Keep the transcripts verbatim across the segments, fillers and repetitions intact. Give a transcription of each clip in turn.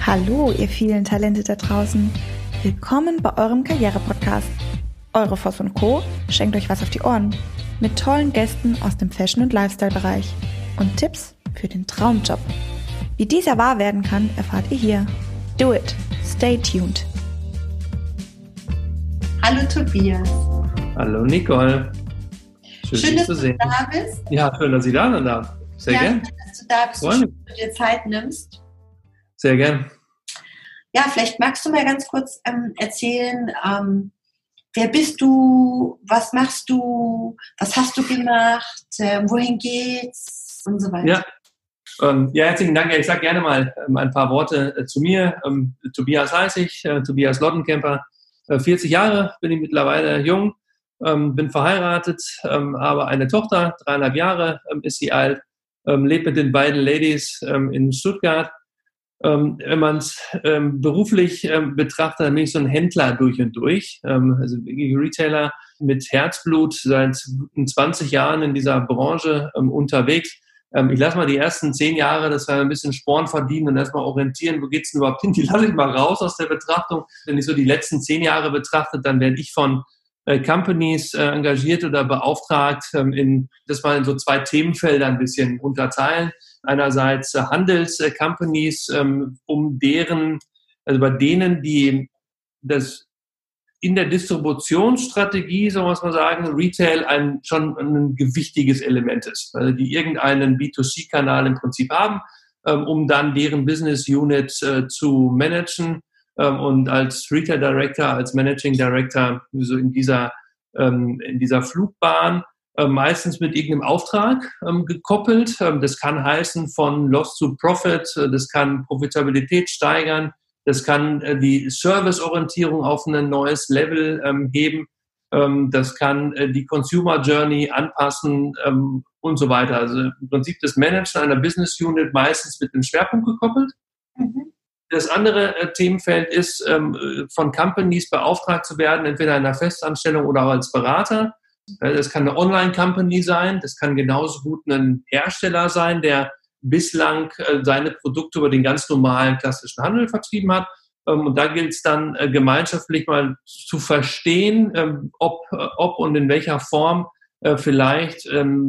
Hallo, ihr vielen Talente da draußen. Willkommen bei eurem Karriere-Podcast. Eure Voss und Co. schenkt euch was auf die Ohren. Mit tollen Gästen aus dem Fashion- und Lifestyle-Bereich. Und Tipps für den Traumjob. Wie dieser wahr werden kann, erfahrt ihr hier. Do it. Stay tuned. Hallo Tobias. Hallo Nicole. Schön, Schön, dich dass zu du sehen. da bist. Ja, schön, dass ich da sein darf. Sehr ja, gern. Schön, dass du da bist und Freue schön, dass du dir Zeit nimmst. Sehr gern. Ja, vielleicht magst du mal ganz kurz ähm, erzählen, ähm, wer bist du, was machst du, was hast du gemacht, äh, wohin geht's und so weiter. Ja, ähm, ja herzlichen Dank. Ich sage gerne mal ähm, ein paar Worte äh, zu mir. Ähm, Tobias heiße ich, äh, Tobias Lottenkemper. Äh, vierzig Jahre bin ich mittlerweile jung, ähm, bin verheiratet, ähm, habe eine Tochter, dreieinhalb Jahre ähm, ist sie alt, ähm, lebe mit den beiden Ladies ähm, in Stuttgart. Ähm, wenn man es ähm, beruflich ähm, betrachtet, dann bin ich so ein Händler durch und durch, ähm, also Retailer mit Herzblut, seit zwanzig Jahren in dieser Branche ähm, unterwegs. Ähm, ich lasse mal die ersten zehn Jahre, dass wir ein bisschen Sporen verdienen und erstmal orientieren, wo geht's denn überhaupt hin? Die lasse ich mal raus aus der Betrachtung. Wenn ich so die letzten zehn Jahre betrachtet, dann werde ich von äh, Companies äh, engagiert oder beauftragt, ähm, in, das mal in so zwei Themenfelder ein bisschen unterteilen. Einerseits äh, Handels-Companies, ähm, um deren, also bei denen, die das in der Distributionsstrategie, so muss man sagen, Retail ein schon ein gewichtiges Element ist, also die irgendeinen B zwei C-Kanal im Prinzip haben, ähm, um dann deren Business Unit äh, zu managen ähm, und als Retail Director, als Managing Director so in dieser ähm, in dieser Flugbahn meistens mit irgendeinem Auftrag ähm, gekoppelt. Ähm, das kann heißen von Loss to Profit, äh, das kann Profitabilität steigern, das kann äh, die Serviceorientierung auf ein neues Level ähm, heben, ähm, das kann äh, die Consumer Journey anpassen ähm, und so weiter. Also im Prinzip das Managen einer Business Unit meistens mit einem Schwerpunkt gekoppelt. Mhm. Das andere äh, Themenfeld ist, ähm, von Companies beauftragt zu werden, entweder in einer Festanstellung oder auch als Berater. Das kann eine Online-Company sein, das kann genauso gut ein Hersteller sein, der bislang seine Produkte über den ganz normalen klassischen Handel vertrieben hat. Und da gilt es dann gemeinschaftlich mal zu verstehen, ob, ob und in welcher Form vielleicht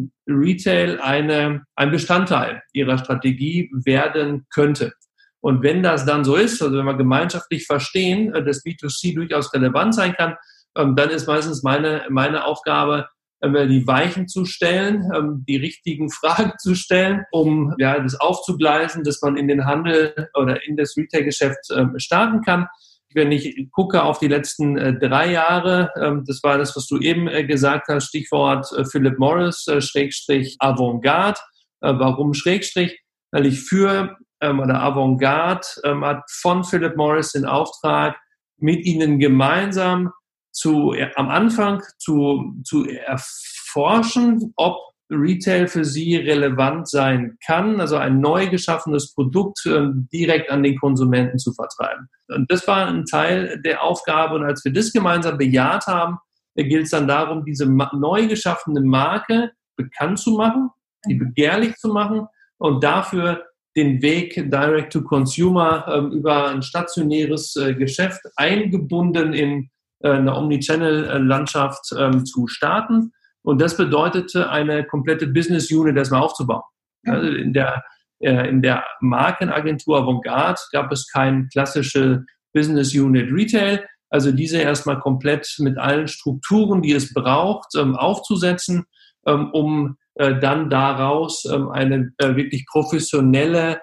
Retail eine, ein Bestandteil ihrer Strategie werden könnte. Und wenn das dann so ist, also wenn wir gemeinschaftlich verstehen, dass B zwei C durchaus relevant sein kann, dann ist meistens meine, meine Aufgabe, die Weichen zu stellen, die richtigen Fragen zu stellen, um ja, das aufzugleisen, dass man in den Handel oder in das Retail-Geschäft starten kann. Wenn ich gucke auf die letzten drei Jahre, das war das, was du eben gesagt hast, Stichwort Philip Morris, Schrägstrich Avantgarde. Warum Schrägstrich? Weil ich für, oder Avantgarde hat von Philip Morris den Auftrag, mit ihnen gemeinsam zu, am Anfang zu, zu erforschen, ob Retail für sie relevant sein kann, also ein neu geschaffenes Produkt äh, direkt an den Konsumenten zu vertreiben. Und das war ein Teil der Aufgabe. Und als wir das gemeinsam bejaht haben, äh, gilt es dann darum, diese ma- neu geschaffene Marke bekannt zu machen, die begehrlich zu machen und dafür den Weg Direct to Consumer äh, über ein stationäres äh, Geschäft eingebunden in eine Omnichannel-Landschaft ähm, zu starten. Und das bedeutete, eine komplette Business Unit erstmal aufzubauen. Mhm. Also in der, äh, in der Markenagentur Avantgarde gab es kein klassische Business Unit Retail. Also diese erstmal komplett mit allen Strukturen, die es braucht, ähm, aufzusetzen, ähm, um äh, dann daraus ähm, eine äh, wirklich professionelle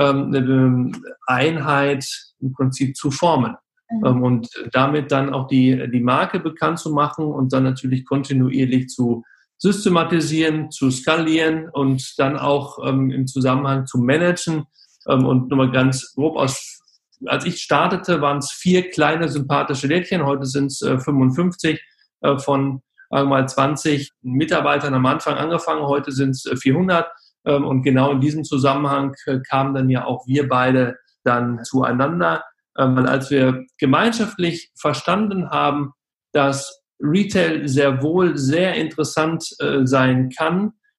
ähm, Einheit im Prinzip zu formen. Mhm. Und damit dann auch die, die Marke bekannt zu machen und dann natürlich kontinuierlich zu systematisieren, zu skalieren und dann auch ähm, im Zusammenhang zu managen. Ähm, und nochmal ganz grob aus, als ich startete, waren es vier kleine sympathische Lädchen, heute sind es äh, fünfundfünfzig äh, von äh, mal zwanzig Mitarbeitern am Anfang angefangen, heute sind es äh, vierhundert. Ähm, und genau in diesem Zusammenhang äh, kamen dann ja auch wir beide dann zueinander. Weil als wir gemeinschaftlich verstanden haben, dass Retail sehr wohl sehr interessant äh, sein kann,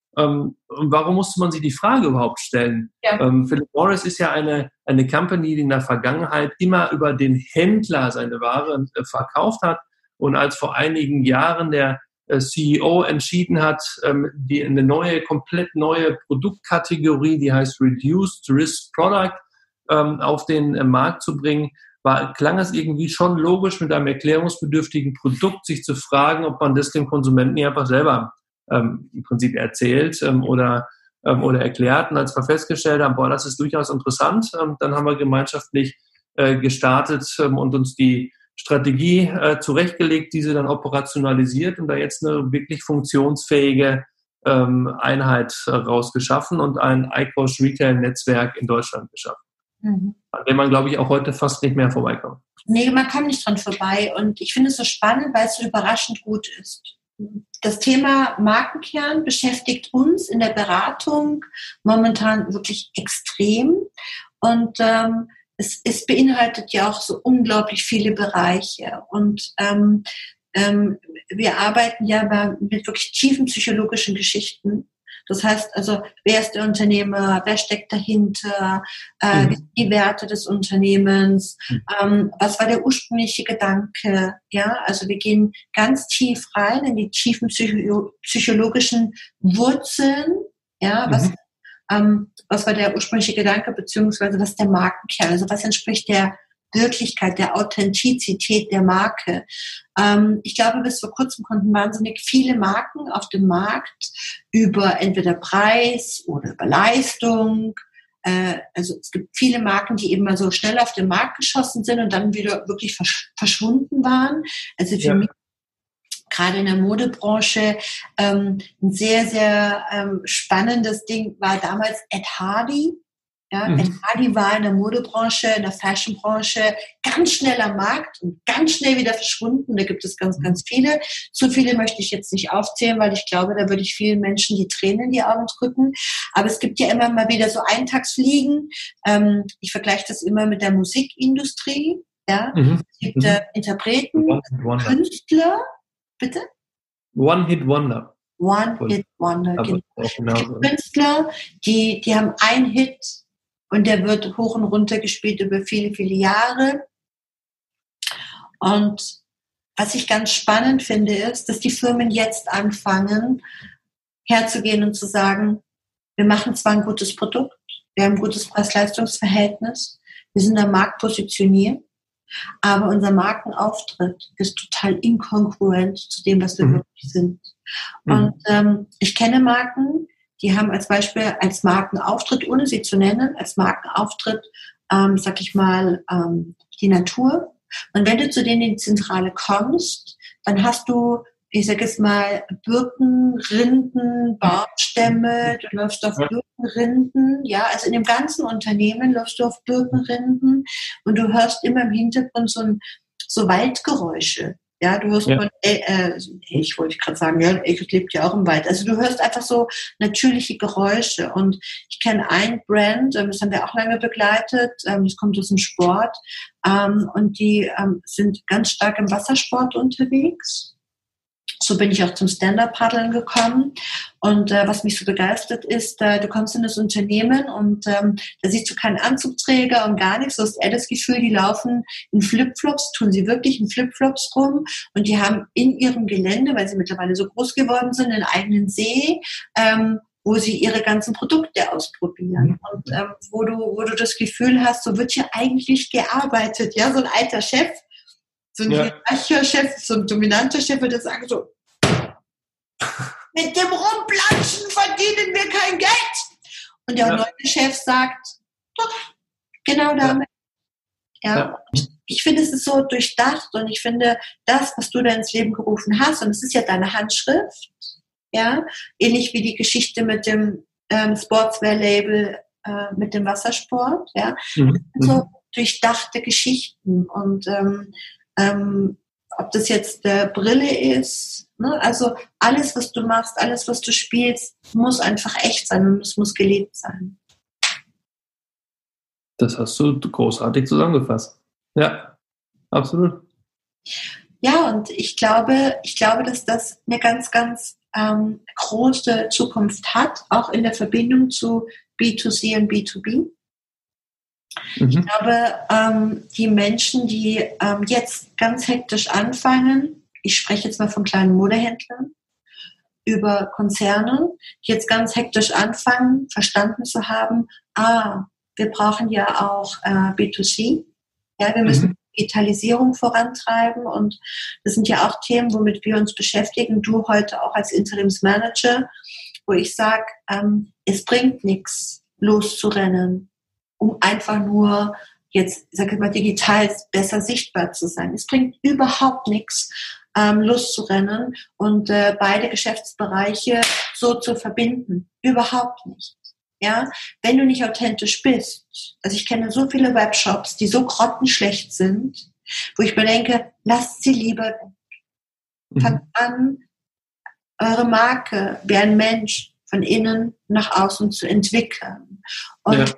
Ähm, und warum musste man sich die Frage überhaupt stellen? Ja. Ähm, Philip Morris ist ja eine, eine Company, die in der Vergangenheit immer über den Händler seine Ware äh, verkauft hat. Und als vor einigen Jahren der äh, C E O entschieden hat, ähm, die, eine neue, komplett neue Produktkategorie, die heißt Reduced Risk Product, ähm, auf den äh, Markt zu bringen, war, klang es irgendwie schon logisch, mit einem erklärungsbedürftigen Produkt sich zu fragen, ob man das dem Konsumenten nicht einfach selber ähm, im Prinzip erzählt ähm, oder, ähm, oder erklärt. Und als wir festgestellt haben, boah, das ist durchaus interessant, ähm, dann haben wir gemeinschaftlich äh, gestartet ähm, und uns die Strategie äh, zurechtgelegt, diese dann operationalisiert und da jetzt eine wirklich funktionsfähige ähm, Einheit äh, rausgeschaffen und ein iCoach Retail-Netzwerk in Deutschland geschaffen. Mhm. An dem man, glaube ich, auch heute fast nicht mehr vorbeikommt. Nee, man kommt nicht dran vorbei. Und ich finde es so spannend, weil es so überraschend gut ist. Das Thema Markenkern beschäftigt uns in der Beratung momentan wirklich extrem. Und ähm, es, es beinhaltet ja auch so unglaublich viele Bereiche. Und ähm, ähm, wir arbeiten ja bei, mit wirklich tiefen psychologischen Geschichten. Das heißt also, wer ist der Unternehmer, wer steckt dahinter, äh, mhm. die Werte des Unternehmens, mhm. ähm, was war der ursprüngliche Gedanke, ja, also wir gehen ganz tief rein in die tiefen psycho- psychologischen Wurzeln, ja, was, mhm. ähm, was war der ursprüngliche Gedanke, beziehungsweise was ist der Markenkern, also was entspricht der Wirklichkeit, der Authentizität der Marke. Ähm, ich glaube, bis vor kurzem konnten wahnsinnig viele Marken auf dem Markt über entweder Preis oder über Leistung, äh, also es gibt viele Marken, die eben mal so schnell auf den Markt geschossen sind und dann wieder wirklich versch- verschwunden waren. Also für ja. mich gerade in der Modebranche ähm, ein sehr, sehr ähm, spannendes Ding war damals Ed Hardy. Ja, mhm. Ed Hardy war in der Modebranche, in der Fashionbranche ganz schnell am Markt und ganz schnell wieder verschwunden. Da gibt es ganz, ganz viele. Zu viele möchte ich jetzt nicht aufzählen, weil ich glaube, da würde ich vielen Menschen die Tränen in die Augen drücken. Aber es gibt ja immer mal wieder so Eintagsfliegen. Ähm, ich vergleiche das immer mit der Musikindustrie. Ja, mhm. Es gibt äh, Interpreten, Künstler. Bitte? One-Hit-Wonder. One-Hit-Wonder. Genau. Es gibt Künstler, die, die haben einen Hit, und der wird hoch und runter gespielt über viele, viele Jahre. Und was ich ganz spannend finde, ist, dass die Firmen jetzt anfangen, herzugehen und zu sagen, wir machen zwar ein gutes Produkt, wir haben ein gutes Preis-Leistungs-Verhältnis, wir sind am Markt positioniert, aber unser Markenauftritt ist total inkongruent zu dem, was wir mhm. wirklich sind. Mhm. Und ähm, ich kenne Marken, die haben als Beispiel als Markenauftritt, ohne sie zu nennen, als Markenauftritt, ähm, sag ich mal, ähm, die Natur. Und wenn du zu denen in die Zentrale kommst, dann hast du, ich sag jetzt mal, Birken, Rinden, Baumstämme, du läufst auf Birkenrinden, ja, also in dem ganzen Unternehmen läufst du auf Birkenrinden und du hörst immer im Hintergrund so, ein, so Waldgeräusche. Ja, du hörst, ja. Von, äh, äh, ich wollte gerade sagen, ja, ich lebt ja auch im Wald. Also du hörst einfach so natürliche Geräusche. Und ich kenne ein Brand, das haben wir auch lange begleitet, das kommt aus dem Sport, und die sind ganz stark im Wassersport unterwegs. So bin ich auch zum Stand-Up-Paddeln gekommen. Und äh, was mich so begeistert ist, äh, du kommst in das Unternehmen und ähm, da siehst du keinen Anzugträger und gar nichts. Du hast eher das Gefühl, die laufen in Flipflops, tun sie wirklich in Flipflops rum. Und die haben in ihrem Gelände, weil sie mittlerweile so groß geworden sind, einen eigenen See, ähm, wo sie ihre ganzen Produkte ausprobieren. Und ähm, wo du, wo du das Gefühl hast, so wird hier eigentlich gearbeitet. Ja, so ein alter Chef, so ein ja. Hierarchie-Chef, so ein dominanter Chef würde sagen so, mit dem Rumplatschen verdienen wir kein Geld. Und der ja. neue Chef sagt, doch, genau damit. Ja. ja. ja. Ich finde, es ist so durchdacht und ich finde, das, was du da ins Leben gerufen hast, und es ist ja deine Handschrift, ja, ähnlich wie die Geschichte mit dem ähm, Sportswear-Label, äh, mit dem Wassersport, ja, mhm. so durchdachte Geschichten und ähm, ähm, ob das jetzt der Brille ist, ne? Also alles, was du machst, alles, was du spielst, muss einfach echt sein und es muss gelebt sein. Das hast du großartig zusammengefasst. Ja, absolut. Ja, und ich glaube, ich glaube, dass das eine ganz, ganz ähm, große Zukunft hat, auch in der Verbindung zu B zwei C und B zwei B. Mhm. Ich glaube, ähm, die Menschen, die ähm, jetzt ganz hektisch anfangen, ich spreche jetzt mal von kleinen Modehändlern, über Konzerne, die jetzt ganz hektisch anfangen, verstanden zu haben, ah, wir brauchen ja auch äh, B zwei C, ja, wir müssen mhm. Digitalisierung vorantreiben und das sind ja auch Themen, womit wir uns beschäftigen, du heute auch als Interimsmanager, wo ich sage, ähm, es bringt nichts, loszurennen, um einfach nur jetzt, sag ich mal, digital besser sichtbar zu sein. Es bringt überhaupt nichts, ähm, loszurennen und äh, beide Geschäftsbereiche so zu verbinden. Überhaupt nicht. Ja, wenn du nicht authentisch bist. Also ich kenne so viele Webshops, die so grottenschlecht sind, wo ich mir denke, lasst sie lieber. Mhm. Fangt an, eure Marke wie ein Mensch von innen nach außen zu entwickeln. Und ja,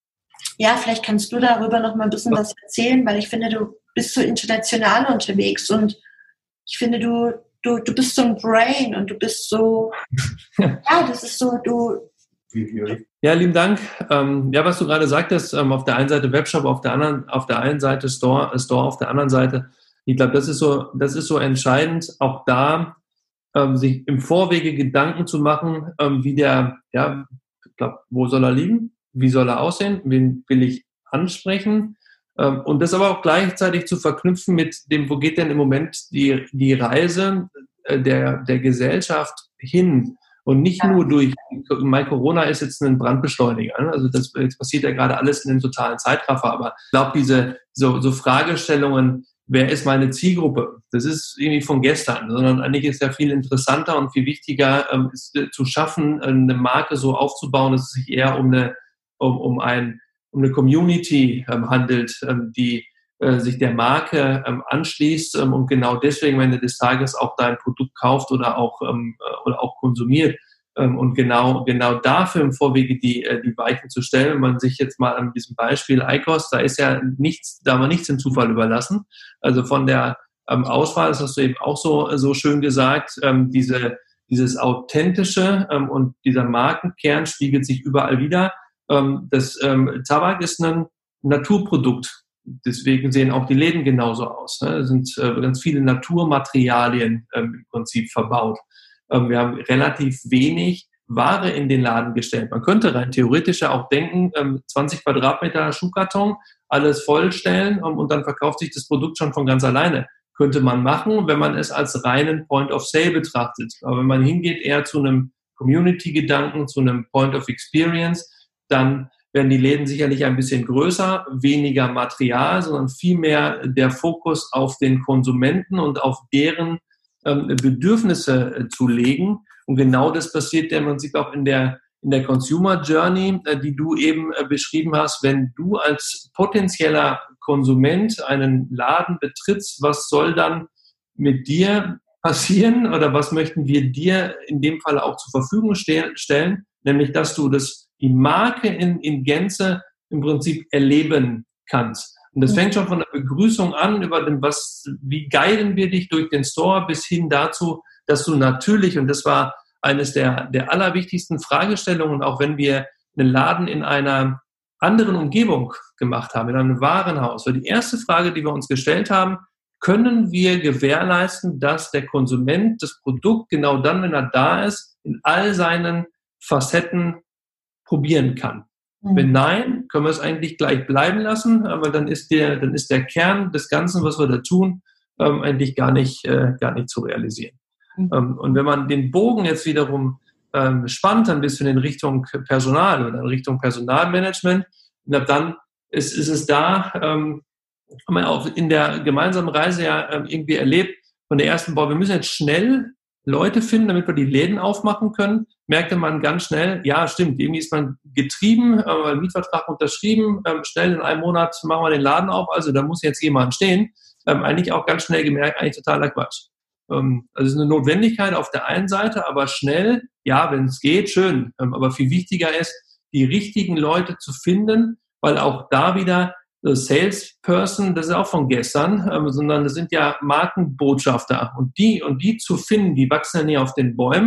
ja vielleicht kannst du darüber noch mal ein bisschen was erzählen, weil ich finde, du bist so international unterwegs und ich finde, du, du, du bist so ein Brain und du bist so, ja, das ist so, du. Ja, lieben Dank. Ähm, ja, was du gerade sagtest, ähm, auf der einen Seite Webshop, auf der anderen, auf der einen Seite Store, Store auf der anderen Seite. Ich glaube, das ist so, das ist so entscheidend, auch da ähm, sich im Vorwege Gedanken zu machen, ähm, wie der, ja, ich glaube, wo soll er liegen? Wie soll er aussehen? Wen will ich ansprechen? Ähm, und das aber auch gleichzeitig zu verknüpfen mit dem, wo geht denn im Moment die, die Reise äh, der, der Gesellschaft hin? Und nicht nur durch, mein Corona ist jetzt ein Brandbeschleuniger. Ne? Also das jetzt passiert ja gerade alles in einem totalen Zeitraffer. Aber ich glaube, diese so, so Fragestellungen, wer ist meine Zielgruppe? Das ist irgendwie von gestern, sondern eigentlich ist ja viel interessanter und viel wichtiger, ähm, ist, äh, zu schaffen, eine Marke so aufzubauen, dass es sich eher um eine, um, um ein, um eine Community ähm, handelt, ähm, die äh, sich der Marke ähm, anschließt ähm, und genau deswegen am Ende des Tages auch dein Produkt kauft oder auch, ähm, oder auch konsumiert. Ähm, und genau, genau dafür im Vorwege die, äh, die Weichen zu stellen. Wenn man sich jetzt mal an diesem Beispiel I C O S, da ist ja nichts, da war nichts dem Zufall überlassen. Also von der ähm, Auswahl, das hast du eben auch so, so schön gesagt, ähm, diese, dieses Authentische ähm, und dieser Markenkern spiegelt sich überall wieder. Ähm, das ähm, Tabak ist ein Naturprodukt. Deswegen sehen auch die Läden genauso aus. Ne? Es sind äh, ganz viele Naturmaterialien ähm, im Prinzip verbaut. Ähm, wir haben relativ wenig Ware in den Laden gestellt. Man könnte rein theoretisch ja auch denken, ähm, zwanzig Quadratmeter Schuhkarton, alles vollstellen ähm, und dann verkauft sich das Produkt schon von ganz alleine. Könnte man machen, wenn man es als reinen Point of Sale betrachtet. Aber wenn man hingeht eher zu einem Community-Gedanken, zu einem Point of Experience, dann werden die Läden sicherlich ein bisschen größer, weniger Material, sondern vielmehr der Fokus auf den Konsumenten und auf deren ähm, Bedürfnisse äh, zu legen. Und genau das passiert ja im Prinzip auch in der, in der Consumer Journey, äh, die du eben äh, beschrieben hast. Wenn du als potenzieller Konsument einen Laden betrittst, was soll dann mit dir passieren oder was möchten wir dir in dem Fall auch zur Verfügung ste- stellen? Nämlich, dass du das die Marke in, in Gänze im Prinzip erleben kannst. Und das fängt schon von der Begrüßung an, über den, was, wie guiden wir dich durch den Store, bis hin dazu, dass du natürlich, und das war eines der, der allerwichtigsten Fragestellungen, auch wenn wir einen Laden in einer anderen Umgebung gemacht haben, in einem Warenhaus, war die erste Frage, die wir uns gestellt haben, können wir gewährleisten, dass der Konsument das Produkt genau dann, wenn er da ist, in all seinen Facetten probieren kann. Mhm. Wenn nein, können wir es eigentlich gleich bleiben lassen, aber dann ist der, dann ist der Kern des Ganzen, was wir da tun, ähm, eigentlich gar nicht, äh, gar nicht zu realisieren. Mhm. Ähm, und wenn man den Bogen jetzt wiederum ähm, spannt, ein bisschen in Richtung Personal oder in Richtung Personalmanagement, dann ist, ist es da, ähm, haben wir auch in der gemeinsamen Reise ja ähm, irgendwie erlebt, von der ersten, boah, wir müssen jetzt schnell Leute finden, damit wir die Läden aufmachen können, merkte man ganz schnell, ja, stimmt, irgendwie ist man getrieben, äh, Mietvertrag unterschrieben, ähm, schnell in einem Monat machen wir den Laden auf, also da muss jetzt jemand stehen. Ähm, eigentlich auch ganz schnell gemerkt, eigentlich totaler Quatsch. Ähm, also es ist eine Notwendigkeit auf der einen Seite, aber schnell, ja, wenn es geht, schön. Ähm, aber viel wichtiger ist, die richtigen Leute zu finden, weil auch da wieder Salesperson, das ist auch von gestern, ähm, sondern das sind ja Markenbotschafter und die und die zu finden, die wachsen ja nie auf den Bäumen,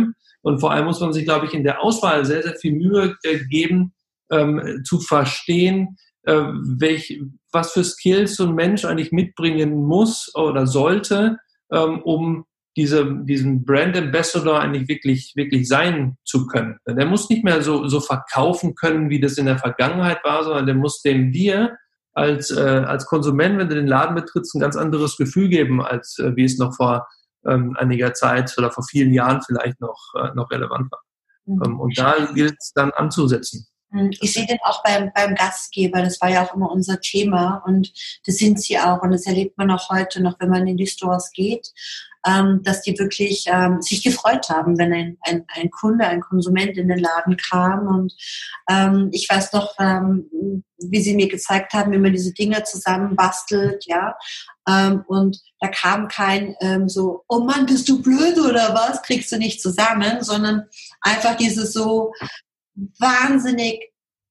Und vor allem muss man sich, glaube ich, in der Auswahl sehr, sehr viel Mühe äh, geben, ähm, zu verstehen, äh, welch, was für Skills so ein Mensch eigentlich mitbringen muss oder sollte, ähm, um diese, diesen Brand Ambassador eigentlich wirklich, wirklich sein zu können. Der muss nicht mehr so, so verkaufen können, wie das in der Vergangenheit war, sondern der muss dem dir als, äh, als Konsument, wenn du den Laden betrittst, ein ganz anderes Gefühl geben, als äh, wie es noch vor ähm, einiger Zeit oder vor vielen Jahren vielleicht noch, äh, noch relevant war. Mhm. Ähm, und da gilt es dann anzusetzen. Ich sehe den auch beim, beim Gastgeber, das war ja auch immer unser Thema und das sind sie auch und das erlebt man auch heute noch, wenn man in die Stores geht, ähm, dass die wirklich ähm, sich gefreut haben, wenn ein, ein, ein Kunde, ein Konsument in den Laden kam und ähm, ich weiß noch, ähm, wie sie mir gezeigt haben, wie man diese Dinger zusammenbastelt, ja, ähm, und da kam kein ähm, so, oh Mann, bist du blöd oder was, kriegst du nicht zusammen, sondern einfach dieses so, wahnsinnig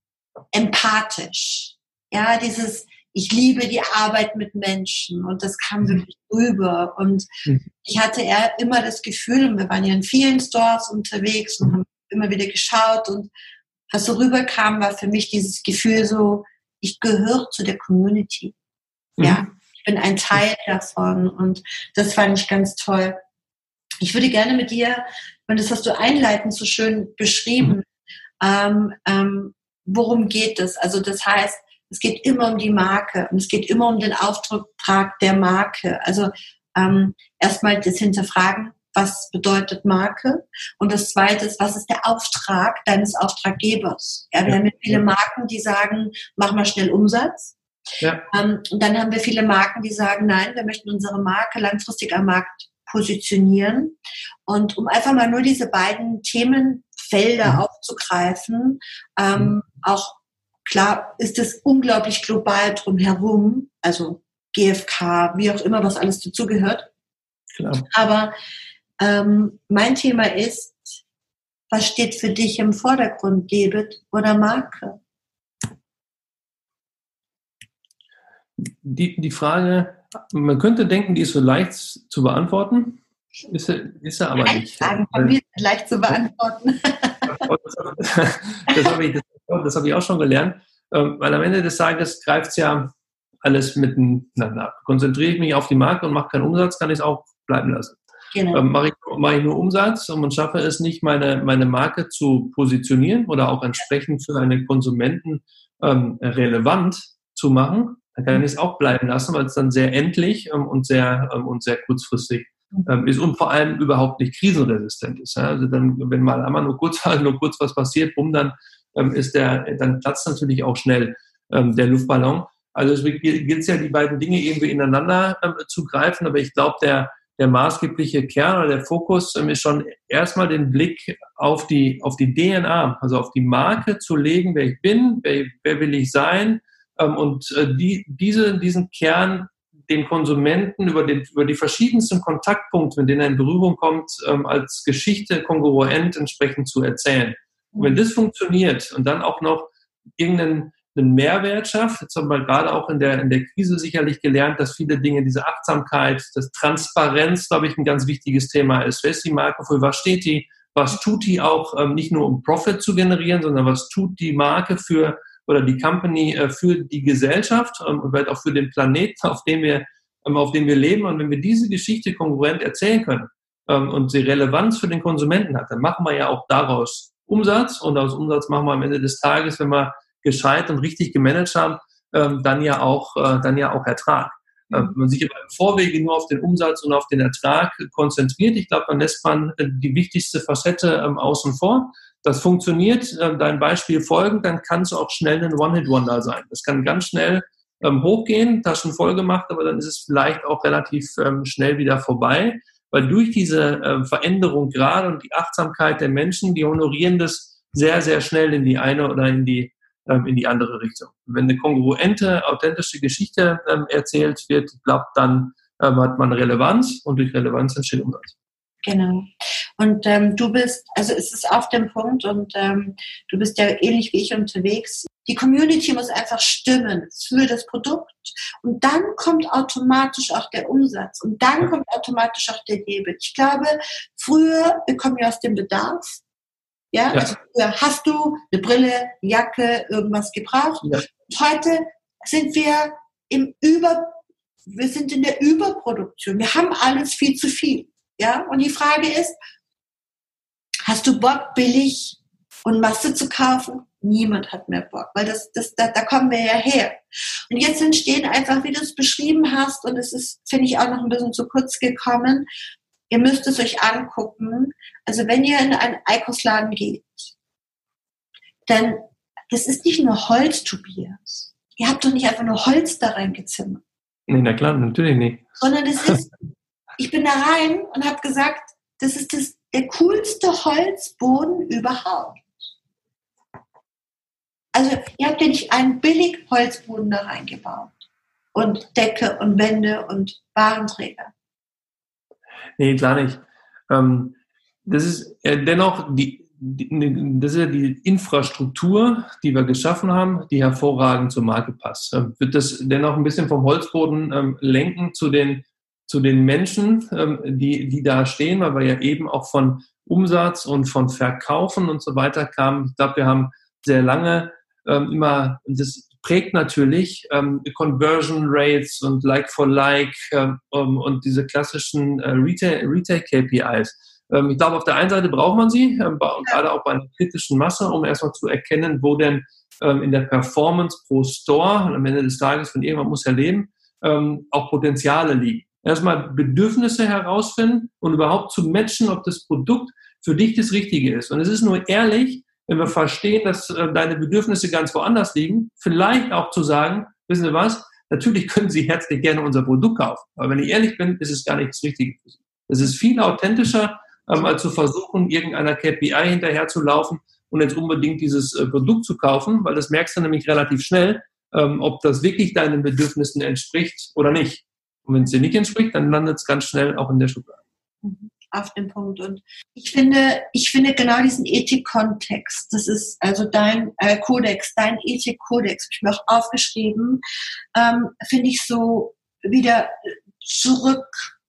empathisch. Ja, dieses, ich liebe die Arbeit mit Menschen und das kam wirklich rüber. Und ich hatte eher immer das Gefühl, und wir waren ja in vielen Stores unterwegs und haben immer wieder geschaut und was so rüberkam, war für mich dieses Gefühl so, ich gehöre zu der Community. Ja, ich bin ein Teil davon und das fand ich ganz toll. Ich würde gerne mit dir, und das hast du einleitend so schön beschrieben, Ähm, ähm, worum geht es? Also das heißt, es geht immer um die Marke und es geht immer um den Auftrag der Marke. Also ähm, erstmal das Hinterfragen, was bedeutet Marke? Und das Zweite ist, was ist der Auftrag deines Auftraggebers? Ja, wir ja. haben ja viele Marken, die sagen, mach mal schnell Umsatz. Ja. Ähm, und dann haben wir viele Marken, die sagen, nein, wir möchten unsere Marke langfristig am Markt positionieren. Und um einfach mal nur diese beiden Themenfelder mhm. aufzugreifen, ähm, mhm. auch klar ist es unglaublich global drumherum, also G F K, wie auch immer, was alles dazugehört. Klar. Aber ähm, mein Thema ist, was steht für dich im Vordergrund, David oder Marke? Die, die Frage, man könnte denken, die ist so leicht zu beantworten, ist er, ist er aber Leicht nicht. Fragen von mir sind leicht zu beantworten. Das habe ich, das hab ich auch schon gelernt, weil am Ende des Tages greift es ja alles miteinander. Konzentriere ich mich auf die Marke und mache keinen Umsatz, kann ich es auch bleiben lassen. Genau. Ähm, mache ich, mache ich nur Umsatz und schaffe es nicht, meine, meine Marke zu positionieren oder auch entsprechend für einen Konsumenten ähm, relevant zu machen, dann kann ich es auch bleiben lassen, weil es dann sehr endlich ähm, und, sehr, ähm, und sehr kurzfristig ähm, ist und vor allem überhaupt nicht krisenresistent ist. Ja? Also dann, wenn mal einmal nur kurz, nur kurz was passiert, bumm, dann ähm, ist der, dann platzt natürlich auch schnell ähm, der Luftballon. Also es gilt es ja, die beiden Dinge irgendwie ineinander ähm, zu greifen, aber ich glaube, der Der maßgebliche Kern oder der Fokus ähm, ist schon erstmal den Blick auf die, auf die D N A, also auf die Marke zu legen, wer ich bin, wer, wer will ich sein, ähm, und äh, die, diese, diesen Kern den Konsumenten über, den, über die verschiedensten Kontaktpunkte, mit denen er in Berührung kommt, ähm, als Geschichte kongruent entsprechend zu erzählen. Und wenn das funktioniert und dann auch noch irgendeinen einen Mehrwert schafft. Jetzt haben wir gerade auch in der, in der Krise sicherlich gelernt, dass viele Dinge, diese Achtsamkeit, das Transparenz, glaube ich, ein ganz wichtiges Thema ist. Wer ist die Marke, für was steht die, was tut die auch, ähm, nicht nur um Profit zu generieren, sondern was tut die Marke für oder die Company äh, für die Gesellschaft ähm, und vielleicht auch für den Planeten, auf dem wir, ähm, auf dem wir leben. Und wenn wir diese Geschichte kongruent erzählen können ähm, und sie Relevanz für den Konsumenten hat, dann machen wir ja auch daraus Umsatz und aus Umsatz machen wir am Ende des Tages, wenn wir gescheit und richtig gemanagt haben, ähm, dann ja auch, äh, dann ja auch Ertrag. Mhm. Ähm, wenn man sich aber im Vorwege nur auf den Umsatz und auf den Ertrag konzentriert, ich glaube, dann lässt man äh, die wichtigste Facette ähm, außen vor. Das funktioniert, äh, dein Beispiel folgend, dann kann es auch schnell ein One-Hit-Wonder sein. Das kann ganz schnell ähm, hochgehen, Taschen voll gemacht, aber dann ist es vielleicht auch relativ ähm, schnell wieder vorbei, weil durch diese äh, Veränderung gerade und die Achtsamkeit der Menschen, die honorieren das sehr, sehr schnell in die eine oder in die in die andere Richtung. Wenn eine kongruente, authentische Geschichte ähm, erzählt wird, glaubt, dann ähm, hat man Relevanz und durch Relevanz entsteht Umsatz. Genau. Und ähm, du bist, also es ist auf dem Punkt und ähm, du bist ja ähnlich wie ich unterwegs. Die Community muss einfach stimmen für das Produkt und dann kommt automatisch auch der Umsatz und dann kommt automatisch auch der Debit. Ich glaube, früher bekommen wir aus dem Bedarf. Ja, ja. Also früher hast du eine Brille, eine Jacke, irgendwas gebraucht. Ja. Und heute sind wir im Über, wir sind in der Überproduktion. Wir haben alles viel zu viel. Ja, und die Frage ist, hast du Bock, billig und Masse zu kaufen? Niemand hat mehr Bock, weil das, das, da, da kommen wir ja her. Und jetzt entstehen einfach, wie du es beschrieben hast, und es ist, finde ich, auch noch ein bisschen zu kurz gekommen, ihr müsst es euch angucken. Also wenn ihr in einen Einkaufsladen geht, dann, das ist nicht nur Holz, Tobias. Ihr habt doch nicht einfach nur Holz da reingezimmert. Nee, na klar, natürlich nicht. Sondern es ist, ich bin da rein und habe gesagt, das ist das, der coolste Holzboden überhaupt. Also ihr habt ja nicht einen billig Holzboden da reingebaut. Und Decke und Wände und Warenträger. Nee, klar nicht. Ähm, das ist äh, dennoch die, die, das ist ja die Infrastruktur, die wir geschaffen haben, die hervorragend zur Marke passt. Ähm, wird das dennoch ein bisschen vom Holzboden ähm, lenken zu den, zu den Menschen, ähm, die, die da stehen, weil wir ja eben auch von Umsatz und von Verkaufen und so weiter kamen. Ich glaube, wir haben sehr lange ähm, immer, das prägt natürlich ähm, Conversion Rates und Like for Like ähm, und diese klassischen äh, Retail, Retail-K P Is. Ähm, ich glaube, auf der einen Seite braucht man sie, ähm, ja. gerade auch bei einer kritischen Masse, um erstmal zu erkennen, wo denn ähm, in der Performance pro Store, und am Ende des Tages, von irgendwann muss ja leben, ähm, auch Potenziale liegen. Erstmal Bedürfnisse herausfinden und überhaupt zu matchen, ob das Produkt für dich das Richtige ist. Und es ist nur ehrlich, wenn wir verstehen, dass äh, deine Bedürfnisse ganz woanders liegen, vielleicht auch zu sagen, wissen Sie was, natürlich können Sie herzlich gerne unser Produkt kaufen. Aber wenn ich ehrlich bin, ist es gar nicht das Richtige für Sie. Es ist viel authentischer, ähm, als zu versuchen, irgendeiner K P I hinterher zu laufen und jetzt unbedingt dieses äh, Produkt zu kaufen, weil das merkst du nämlich relativ schnell, ähm, ob das wirklich deinen Bedürfnissen entspricht oder nicht. Und wenn es dir nicht entspricht, dann landet es ganz schnell auch in der Schublade. Mhm. Auf den Punkt. Und ich finde, ich finde genau diesen Ethik-Kontext, das ist also dein äh, Kodex, dein Ethik-Kodex, habe ich mir auch aufgeschrieben, ähm, finde ich so wieder zurück,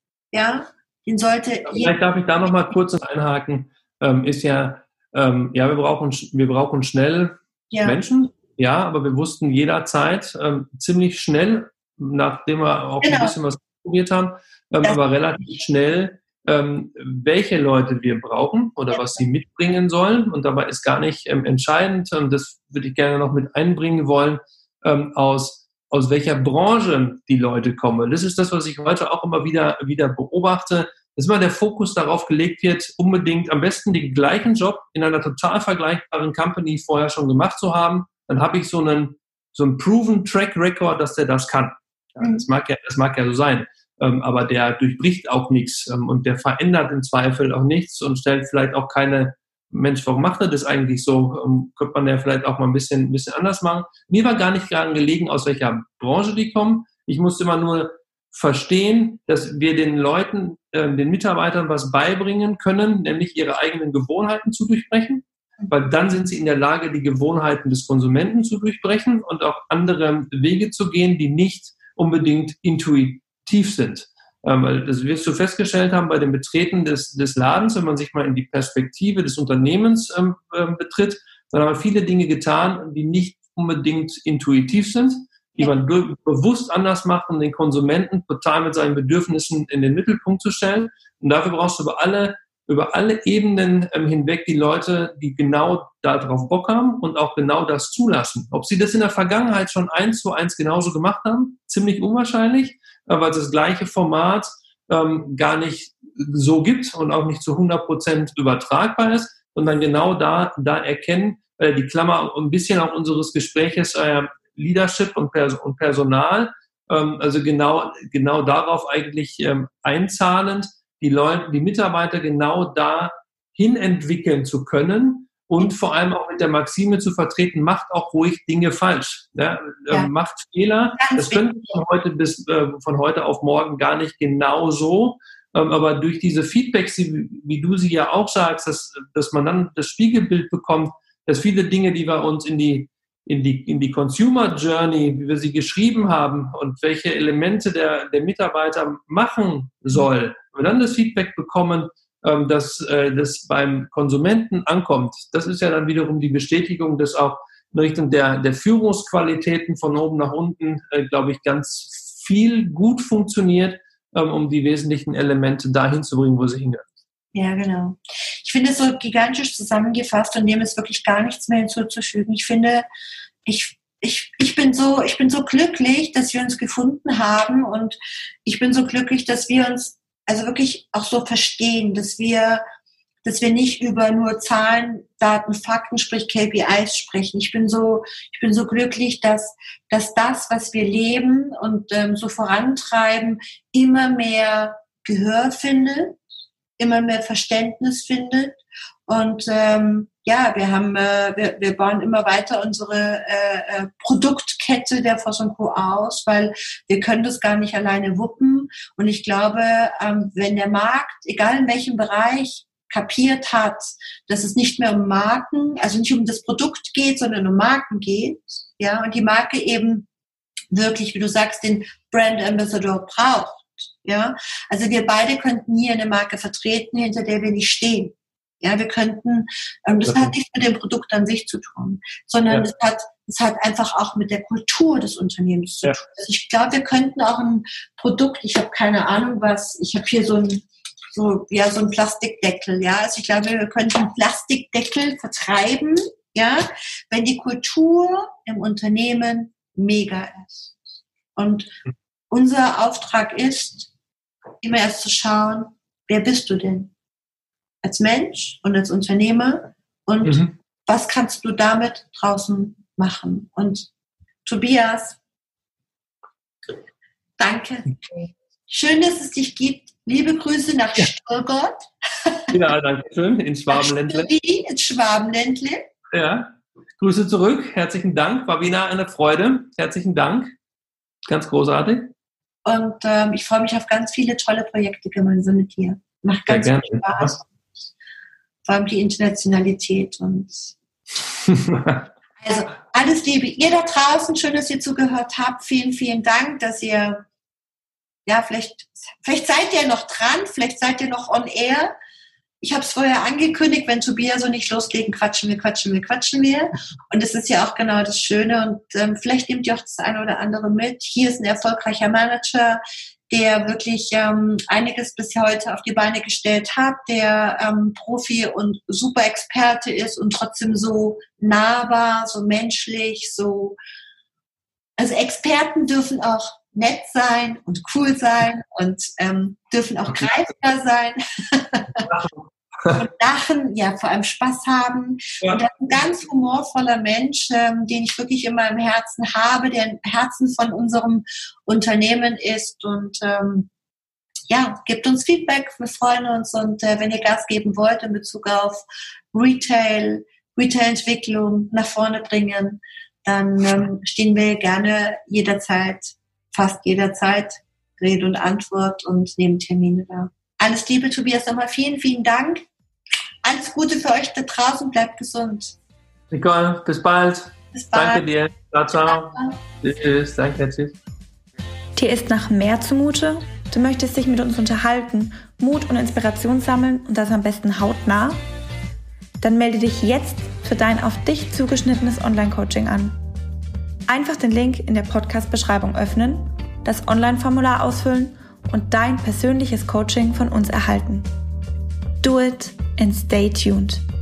ja, den sollte... Vielleicht darf ich da noch mal kurz einhaken, ähm, ist ja, ähm, ja, wir brauchen, wir brauchen schnell ja. Menschen, ja, aber wir wussten jederzeit ähm, ziemlich schnell, nachdem wir auch genau. ein bisschen was probiert haben, ähm, aber relativ schnell, Ähm, welche Leute wir brauchen oder ja. was sie mitbringen sollen. Und dabei ist gar nicht ähm, entscheidend, und das würde ich gerne noch mit einbringen wollen, ähm, aus, aus welcher Branche die Leute kommen. Das ist das, was ich heute auch immer wieder, wieder beobachte, dass immer der Fokus darauf gelegt wird, unbedingt am besten den gleichen Job in einer total vergleichbaren Company vorher schon gemacht zu haben. Dann habe ich so einen, so einen proven Track Record, dass der das kann. Ja, mhm. das mag ja, das mag ja so sein. Ähm, aber der durchbricht auch nichts ähm, und der verändert im Zweifel auch nichts und stellt vielleicht auch keine, Mensch, warum macht er das eigentlich so? Ähm, könnte man ja vielleicht auch mal ein bisschen, ein bisschen anders machen. Mir war gar nicht daran gelegen, aus welcher Branche die kommen. Ich musste immer nur verstehen, dass wir den Leuten, äh, den Mitarbeitern was beibringen können, nämlich ihre eigenen Gewohnheiten zu durchbrechen, weil dann sind sie in der Lage, die Gewohnheiten des Konsumenten zu durchbrechen und auch andere Wege zu gehen, die nicht unbedingt intuitiv tief sind. Ähm, weil das wirst du festgestellt haben bei dem Betreten des, des Ladens, wenn man sich mal in die Perspektive des Unternehmens ähm, ähm, betritt, dann haben wir viele Dinge getan, die nicht unbedingt intuitiv sind, die man be- bewusst anders macht, um den Konsumenten total mit seinen Bedürfnissen in den Mittelpunkt zu stellen. Und dafür brauchst du über alle, über alle Ebenen ähm, hinweg die Leute, die genau darauf Bock haben und auch genau das zulassen. Ob sie das in der Vergangenheit schon eins zu eins genauso gemacht haben, ziemlich unwahrscheinlich, weil es das gleiche Format ähm, gar nicht so gibt und auch nicht zu hundert Prozent übertragbar ist und dann genau da, da erkennen, äh, die Klammer ein bisschen auch unseres Gespräches, äh, Leadership und, Pers- und Personal, ähm, also genau, genau darauf eigentlich ähm, einzahlend, die Leute, die Mitarbeiter genau dahin entwickeln zu können, und vor allem auch mit der Maxime zu vertreten, macht auch ruhig Dinge falsch. Ja? Ja. Ähm, macht Fehler. Ganz das könnte von heute bis äh, von heute auf morgen gar nicht genau so Ähm, aber durch diese Feedbacks, wie, wie du sie ja auch sagst, dass, dass man dann das Spiegelbild bekommt, dass viele Dinge, die wir uns in die, in die, in die Consumer Journey, wie wir sie geschrieben haben und welche Elemente der, der Mitarbeiter machen soll, wenn wir dann das Feedback bekommen, ähm, dass äh, das beim Konsumenten ankommt, das ist ja dann wiederum die Bestätigung, dass auch in Richtung der, der Führungsqualitäten von oben nach unten, äh, glaube ich, ganz viel gut funktioniert, ähm, um die wesentlichen Elemente dahin zu bringen, wo sie hingehören. Ja, genau. Ich finde es so gigantisch zusammengefasst und dem ist wirklich gar nichts mehr hinzuzufügen. Ich finde, ich, ich, ich bin so, ich bin so glücklich, dass wir uns gefunden haben und ich bin so glücklich, dass wir uns also wirklich auch so verstehen, dass wir, dass wir nicht über nur Zahlen, Daten, Fakten, sprich K P Is sprechen. Ich bin so, ich bin so glücklich, dass, dass das, was wir leben und ähm, so vorantreiben, immer mehr Gehör findet, immer mehr Verständnis findet. Und ähm, ja, wir haben, äh, wir, wir bauen immer weiter unsere äh, äh, Produktkette der Voss und Co. aus, weil wir können das gar nicht alleine wuppen. Und ich glaube, ähm, wenn der Markt, egal in welchem Bereich, kapiert hat, dass es nicht mehr um Marken, also nicht um das Produkt geht, sondern um Marken geht, ja, und die Marke eben wirklich, wie du sagst, den Brand Ambassador braucht, ja. Also wir beide könnten hier eine Marke vertreten, hinter der wir nicht stehen. Ja, wir könnten, ähm, das hat nichts mit dem Produkt an sich zu tun, sondern es ja. hat, es hat einfach auch mit der Kultur des Unternehmens zu ja. tun. Also ich glaube, wir könnten auch ein Produkt, ich habe keine Ahnung was, ich habe hier so ein, so, ja, so ein Plastikdeckel, ja. Also ich glaube, wir könnten einen Plastikdeckel vertreiben, ja, wenn die Kultur im Unternehmen mega ist. Und unser Auftrag ist, immer erst zu schauen, wer bist du denn? Als Mensch und als Unternehmer und mhm. was kannst du damit draußen machen? Und Tobias, danke. Schön, dass es dich gibt. Liebe Grüße nach ja. Stuttgart. Ja, danke schön. Ins Schwabenländle. Ins Schwabenländle. Ja, Grüße zurück. Herzlichen Dank. War wieder eine Freude. Herzlichen Dank. Ganz großartig. Und ähm, ich freue mich auf ganz viele tolle Projekte gemeinsam mit dir. Macht ganz viel Spaß. Vor allem die Internationalität und also alles Liebe. Ihr da draußen, schön, dass ihr zugehört habt. Vielen, vielen Dank, dass ihr, ja, vielleicht, vielleicht seid ihr noch dran, vielleicht seid ihr noch on air. Ich habe es vorher angekündigt, wenn Tobias so nicht loslegen, quatschen wir, quatschen wir, quatschen wir. Und das ist ja auch genau das Schöne. Und ähm, vielleicht nehmt ihr auch das eine oder andere mit. Hier ist ein erfolgreicher Manager, der wirklich ähm, einiges bis heute auf die Beine gestellt hat, der ähm, Profi und super Experte ist und trotzdem so nahbar, so menschlich, so. Also Experten dürfen auch nett sein und cool sein und ähm, dürfen auch greifbar sein. Und lachen, ja, vor allem Spaß haben. Ja. Und das ist ein ganz humorvoller Mensch, ähm, den ich wirklich immer im Herzen habe, der im Herzen von unserem Unternehmen ist. Und ähm, ja, gebt uns Feedback, wir freuen uns. Und äh, wenn ihr Gas geben wollt in Bezug auf Retail, Retail-Entwicklung nach vorne bringen, dann ähm, stehen wir gerne jederzeit, fast jederzeit, Rede und Antwort und nehmen Termine da. Alles Liebe, Tobias, nochmal vielen, vielen Dank. Alles Gute für euch da draußen. Bleibt gesund. Nicole, bis bald. Bis bald. Danke dir. Ciao, ciao. Tschüss. Danke, tschüss. Dir ist nach mehr zumute? Du möchtest dich mit uns unterhalten, Mut und Inspiration sammeln und das am besten hautnah? Dann melde dich jetzt für dein auf dich zugeschnittenes Online-Coaching an. Einfach den Link in der Podcast-Beschreibung öffnen, das Online-Formular ausfüllen und dein persönliches Coaching von uns erhalten. Do it and stay tuned.